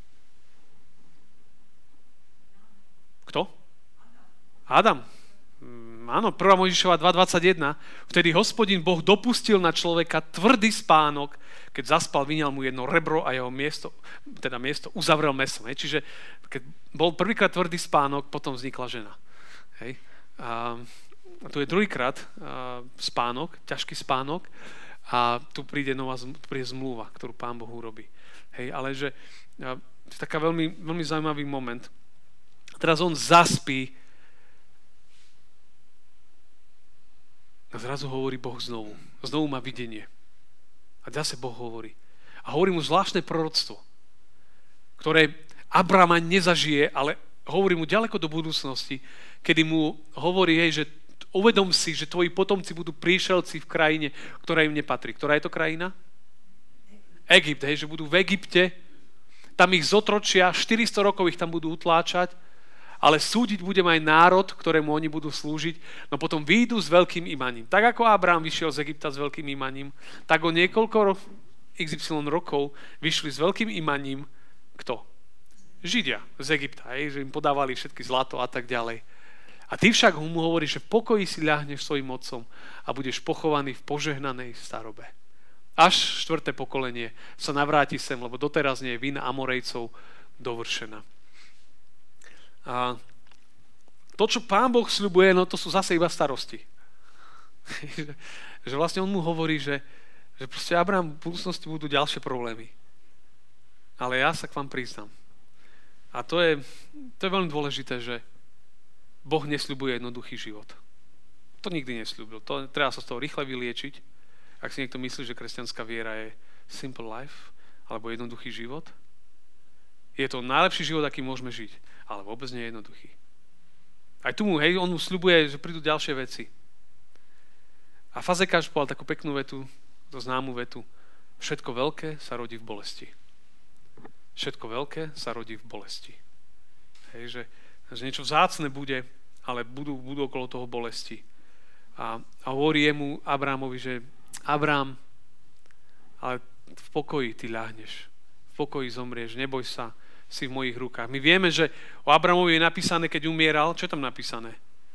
Kto? Adam. Áno, prvá Mojžišova dva dvadsaťjeden. Vtedy Hospodin Boh dopustil na človeka tvrdý spánok, keď zaspal, vyňal mu jedno rebro a jeho miesto, teda miesto uzavrel mesom. Hej. Čiže keď bol prvýkrát tvrdý spánok, potom vznikla žena. Hej. A tu je druhýkrát spánok, ťažký spánok a tu príde nová tu príde zmluva, ktorú Pán Boh urobí. Hej, ale že to je taká veľmi, veľmi zaujímavý moment. Teraz on zaspí a zrazu hovorí Boh znovu. Znovu má videnie. A zase Boh hovorí. A hovorí mu zvláštne proroctvo, ktoré Abrama nezažije, ale hovorí mu ďaleko do budúcnosti, kedy mu hovorí, hej, že uvedom si, že tvoji potomci budú príšelci v krajine, ktorá im nepatrí. Ktorá je to krajina? Egypt, hej, že budú v Egypte, tam ich zotročia, štyristo rokov ich tam budú utláčať, ale súdiť budem aj národ, ktorému oni budú slúžiť, no potom výjdu s veľkým imaním. Tak ako Abraham vyšiel z Egypta s veľkým imaním, tak o niekoľko iks ypsilon rokov vyšli s veľkým imaním kto? Židia z Egypta, hej, že im podávali všetky zlato a tak ďalej. A ty však mu hovorí, že v pokoji si ľahneš svojim otcom a budeš pochovaný v požehnanej starobe. Až štvrté pokolenie sa navráti sem, lebo doteraz nie je vina Amorejcov dovršená. A to, čo Pán Boh sľubuje, no to sú zase iba starosti. Že vlastne on mu hovorí, že, že proste Abraham, v budúcnosti budú ďalšie problémy. Ale ja sa k vám priznám. A to je, to je veľmi dôležité, že Boh nesľubuje jednoduchý život. To nikdy nesľúbil. To treba sa z toho rýchle vyliečiť. Ak si niekto myslí, že kresťanská viera je simple life, alebo jednoduchý život, je to najlepší život, aký môžeme žiť. Ale vôbec nie je jednoduchý. Aj tu mu, hej, on mu sľubuje, že prídu ďalšie veci. A Fazekáš povedal takú peknú vetu, to známu vetu. Všetko veľké sa rodí v bolesti. Všetko veľké sa rodí v bolesti. Hej, že, že niečo vzácne bude, ale budú, budú okolo toho bolesti. A, a hovorí jemu, Abrámovi, že Abrám, ale v pokoji ty ľahneš, v pokoji zomrieš, neboj sa, si v mojich rukách. My vieme, že o Abramovi je napísané, keď umieral, čo je tam napísané?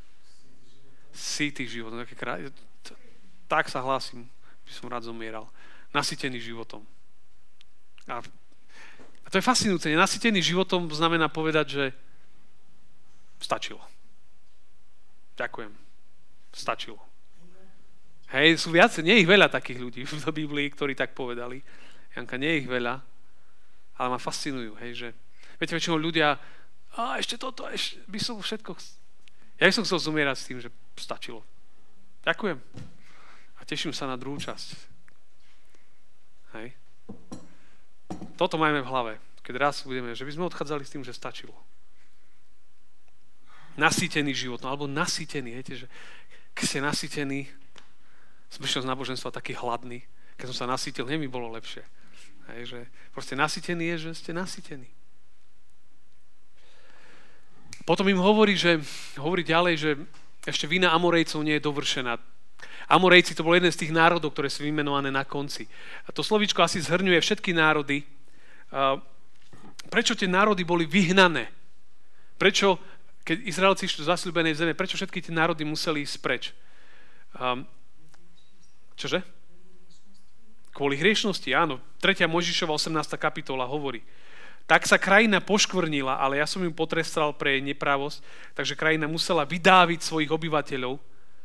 Sytý život. Tak sa hlásim, by som rád zomieral. Nasytený životom. A, a to je fascinujúce. Nasytený životom znamená povedať, že stačilo. Ďakujem. Stačilo. Hej, sú viac, nie je ich veľa takých ľudí v Biblii, ktorí tak povedali. Janka, nie je ich veľa, ale ma fascinujú, hej, že viete, väčšinou ľudia, a ešte toto, ešte by som všetko... Ja by som chcel zomierať s tým, že stačilo. Ďakujem. A teším sa na druhú časť. Hej. Toto máme v hlave. Keď raz budeme, že by sme odchádzali s tým, že stačilo. Nasýtený život, no alebo nasýtený, viete, že keď ste nasýtení, som išiel z náboženstva taký hladný, keď som sa nasýtil, nie mi bolo lepšie. Hej, že proste nasýtený je, že ste nasýtení. Potom im hovorí, že, hovorí ďalej, že ešte vina Amorejcov nie je dovršená. Amorejci to bol jeden z tých národov, ktoré sú vymenované na konci. A to slovíčko asi zhrňuje všetky národy. Prečo tie národy boli vyhnané? Prečo, keď Izraelci išli do zasľúbenej zeme, prečo všetky tie národy museli ísť preč? Čože? Kvôli hriešnosti, áno. tretia Mojžišova osemnásta kapitola hovorí. Tak sa krajina poškvrnila, ale ja som ju potrestal pre jej neprávosť, takže krajina musela vydáviť svojich obyvateľov.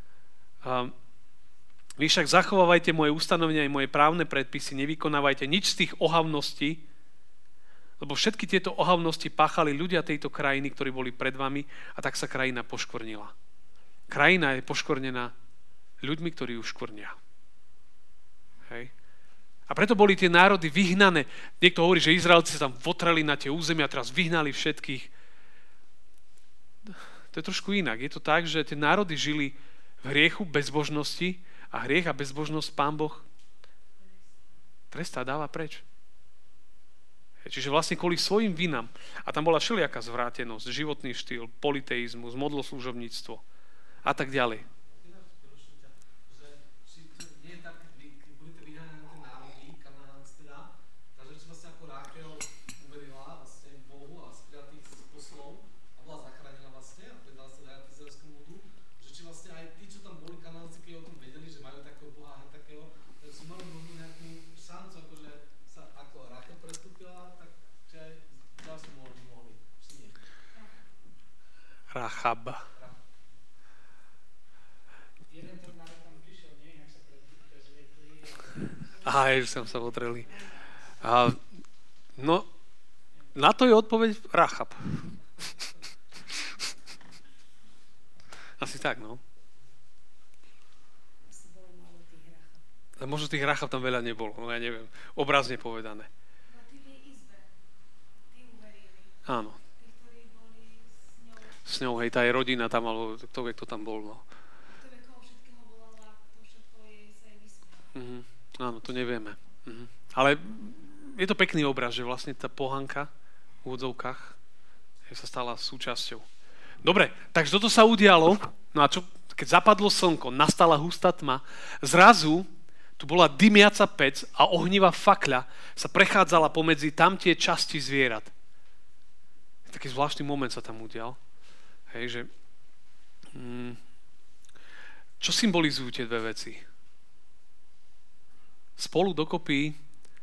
Vy však zachovávajte moje ustanovenia a moje právne predpisy, nevykonávajte nič z tých ohavností, lebo všetky tieto ohavnosti páchali ľudia tejto krajiny, ktorí boli pred vami, a tak sa krajina poškvrnila. Krajina je poškvrnená ľuďmi, ktorí ju škvrnia. Hej. A preto boli tie národy vyhnané. Niekto hovorí, že Izraelci sa tam votreli na tie územia a teraz vyhnali všetkých. To je trošku inak. Je to tak, že tie národy žili v hriechu, bezbožnosti a hriech a bezbožnosť Pán Boh trestá, dáva preč. Čiže vlastne kvôli svojim vinám. A tam bola všelijaká zvrátenosť, životný štýl, politeizmus, modloslužobníctvo a tak ďalej. Rachab. Aha, že som sa potreli. A, no, na to je odpoveď Rachab. Asi tak, no. A možno tých Rachab tam veľa nebolo, no ja neviem. Obrazne povedané. Áno. S ňou, hej, tá je rodina tam, alebo kto vie, kto tam bol, no. Mhm. Áno, to nevieme. Mhm. Ale je to pekný obraz, že vlastne tá pohanka v úvodzovkách sa stala súčasťou. Dobre, takže toto sa udialo, no a čo, keď zapadlo slnko, nastala hustá tma, zrazu tu bola dymiaca pec a ohnivá fakľa sa prechádzala pomedzi tamtie časti zvierat. Taký zvláštny moment sa tam udial. Hej, že... Mm, čo symbolizujú tie dve veci? Spolu dokopy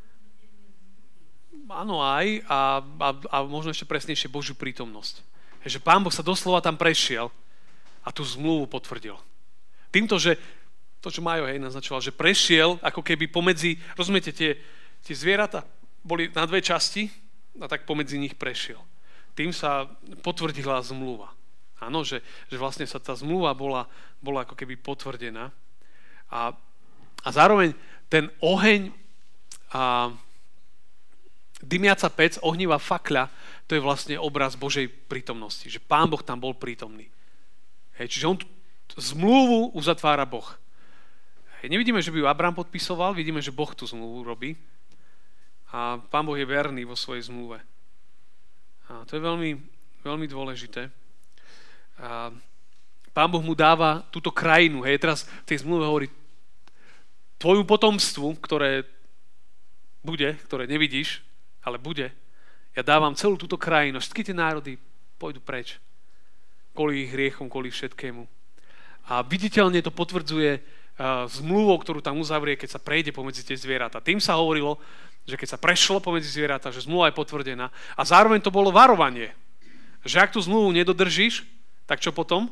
áno aj a, a, a možno ešte presnejšie Božiu prítomnosť. Hej, že Pán Boh sa doslova tam prešiel a tú zmluvu potvrdil. Týmto, že to, čo Majo hej naznačoval, že prešiel ako keby pomedzi, rozumiete, tie, tie zvieratá boli na dve časti a tak pomedzi nich prešiel. Tým sa potvrdila zmluva. Áno, že, že vlastne sa tá zmluva bola, bola ako keby potvrdená. A, a zároveň ten oheň a dymiaca pec, ohnivá fakľa, to je vlastne obraz Božej prítomnosti. Že Pán Boh tam bol prítomný. Hej, čiže on zmluvu uzatvára Boh. Hej, nevidíme, že by ju Abrám podpisoval, vidíme, že Boh tú zmluvu robí. A Pán Boh je verný vo svojej zmluve. A to je veľmi, veľmi dôležité. A Pán Boh mu dáva túto krajinu. Hej, teraz v tej zmluve hovorí, tvoju potomstvu, ktoré bude, ktoré nevidíš, ale bude, ja dávam celú túto krajinu, všetky tie národy pôjdu preč. Kvôli ich hriechom, kvôli všetkému. A viditeľne to potvrdzuje uh, zmluvou, ktorú tam uzavrie, keď sa prejde pomedzi tie zvieratá. Tým sa hovorilo, že keď sa prešlo pomedzi zvieratá, že zmluva je potvrdená. A zároveň to bolo varovanie, že ak tú zmluvu nedodržíš, tak čo potom?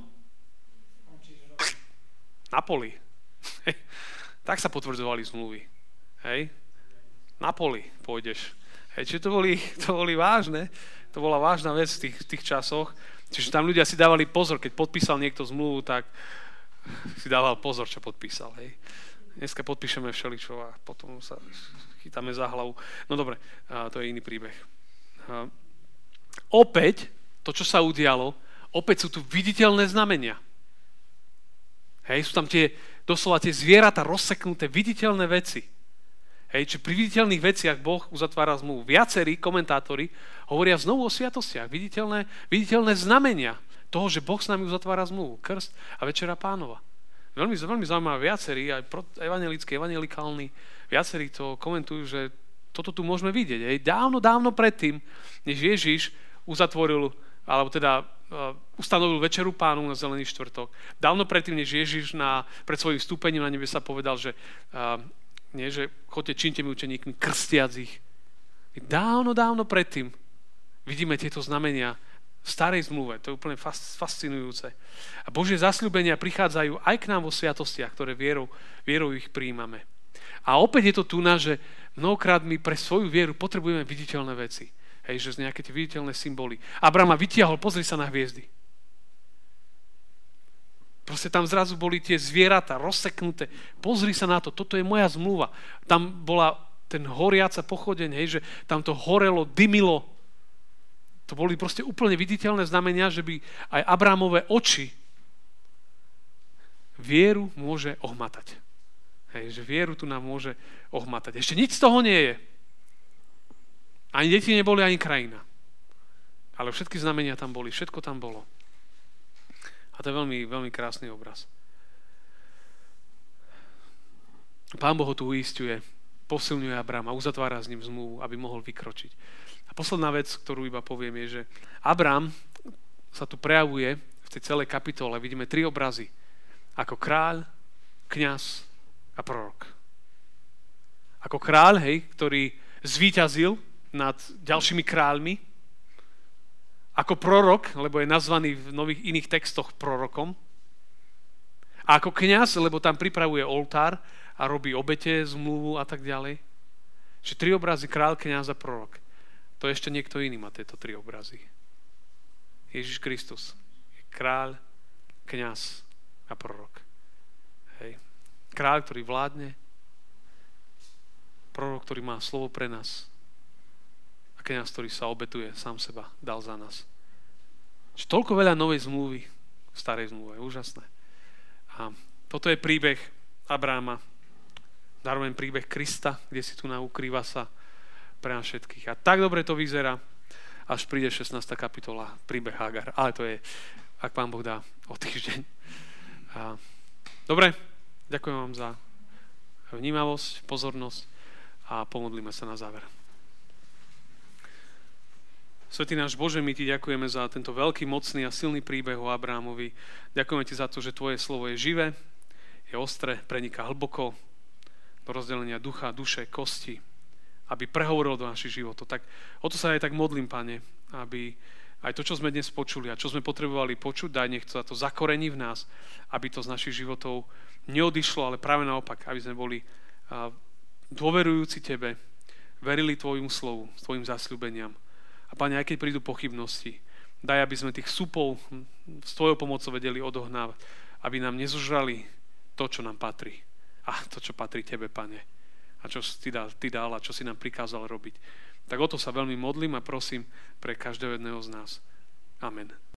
Na poli. Tak sa potvrdzovali zmluvy. Hej? Na poli pôjdeš. Hej, čiže to boli, to boli vážne. To bola vážna vec v tých, v tých časoch. Čiže tam ľudia si dávali pozor, keď podpísal niekto zmluvu, tak si dával pozor, čo podpísal. Hej. Dneska podpíšeme všeličo a potom sa chytáme za hlavu. No dobre, to je iný príbeh. Opäť, to, čo sa udialo, opäť sú tu viditeľné znamenia. Hej, sú tam tie, doslova tie zvieratá rozseknuté, viditeľné veci. Hej, či pri viditeľných veciach Boh uzatvára zmluvu. Viacerí komentátori hovoria znovu o sviatostiach, viditeľné, viditeľné znamenia toho, že Boh s nami uzatvára zmluvu. Krst a Večera Pánova. Veľmi, veľmi zaujímavé, viacerí, aj evanjelickí, evanjelikálni, viacerí to komentujú, že toto tu môžeme vidieť. Hej. Dávno, dávno predtým, než Ježiš uzatvoril, alebo teda uh, ustanovil Večeru Pánu na Zelený štvrtok. Dávno predtým, než Ježiš na, pred svojím vstúpením na nebe sa povedal, že uh, nie, že chodte, čínte mi učeníkmi, krstiac ich. Dávno, dávno predtým vidíme tieto znamenia v starej zmluve. To je úplne fascinujúce. A Božie zasľúbenia prichádzajú aj k nám vo sviatostiach, ktoré vierou, vierou ich prijímame. A opäť je to tu na, že mnohokrát my pre svoju vieru potrebujeme viditeľné veci. Hej, že z nejaké tie viditeľné symboly. Abrama vytiahol, pozri sa na hviezdy. Proste tam zrazu boli tie zvieratá rozseknuté. Pozri sa na to, toto je moja zmluva. Tam bola ten horiaca pochodeň, hej, že tam to horelo, dymilo. To boli proste úplne viditeľné znamenia, že by aj Abrámové oči vieru môže ohmatať. Hej, že vieru tu nám môže ohmatať. Ešte nič z toho nie je. Ani deti neboli, ani krajina. Ale všetky znamenia tam boli, všetko tam bolo. A to je veľmi, veľmi krásny obraz. Pán Boh ho tu uisťuje, posilňuje Abráma, uzatvára s ním zmluvu, aby mohol vykročiť. A posledná vec, ktorú iba poviem, je, že Abrám sa tu prejavuje v tej celej kapitole. Vidíme tri obrazy. Ako kráľ, kňaz a prorok. Ako kráľ, hej, ktorý zvíťazil nad ďalšími kráľmi, ako prorok, lebo je nazvaný v nových iných textoch prorokom, a ako kňaz, lebo tam pripravuje oltár a robí obete, zmluvu a tak ďalej. Čiže tri obrazy, kráľ, kňaz a prorok. To ešte niekto iný má tieto tri obrazy. Ježiš Kristus je kráľ, kňaz a prorok. Hej. Kráľ, ktorý vládne, prorok, ktorý má slovo pre nás, kňaz, ktorý sa obetuje, sám seba dal za nás. Čiže toľko veľa novej zmluvy v starej zmluve. Úžasné. A toto je príbeh Abráma. Zároveň príbeh Krista, kde si tu na ukrýva sa pre nás všetkých. A tak dobre to vyzerá, až príde šestnásta kapitola, príbeh Hagar. Ale to je, ak Pán Boh dá, o týždeň. A dobre, ďakujem vám za vnímavosť, pozornosť a pomodlíme sa na záver. Svätý náš Bože, my ti ďakujeme za tento veľký, mocný a silný príbeh o Abrámovi. Ďakujeme ti za to, že tvoje slovo je živé, je ostré, preniká hlboko do rozdelenia ducha, duše, kosti, aby prehovoril do našich životov. Tak o to sa aj tak modlím, Pane, aby aj to, čo sme dnes počuli a čo sme potrebovali počuť, daj nech sa to zakorení v nás, aby to z našich životov neodišlo, ale práve naopak, aby sme boli dôverujúci tebe, verili tvojmu slovu, tvojim zasľúbeniam. A Pane, aj keď prídu pochybnosti, daj, aby sme tých súpov s tvojou pomocou vedeli odohnávať, aby nám nezožrali to, čo nám patrí. A to, čo patrí tebe, Pane. A čo ty dal, ty dal a čo si nám prikázal robiť. Tak o to sa veľmi modlím a prosím pre každého jedného z nás. Amen.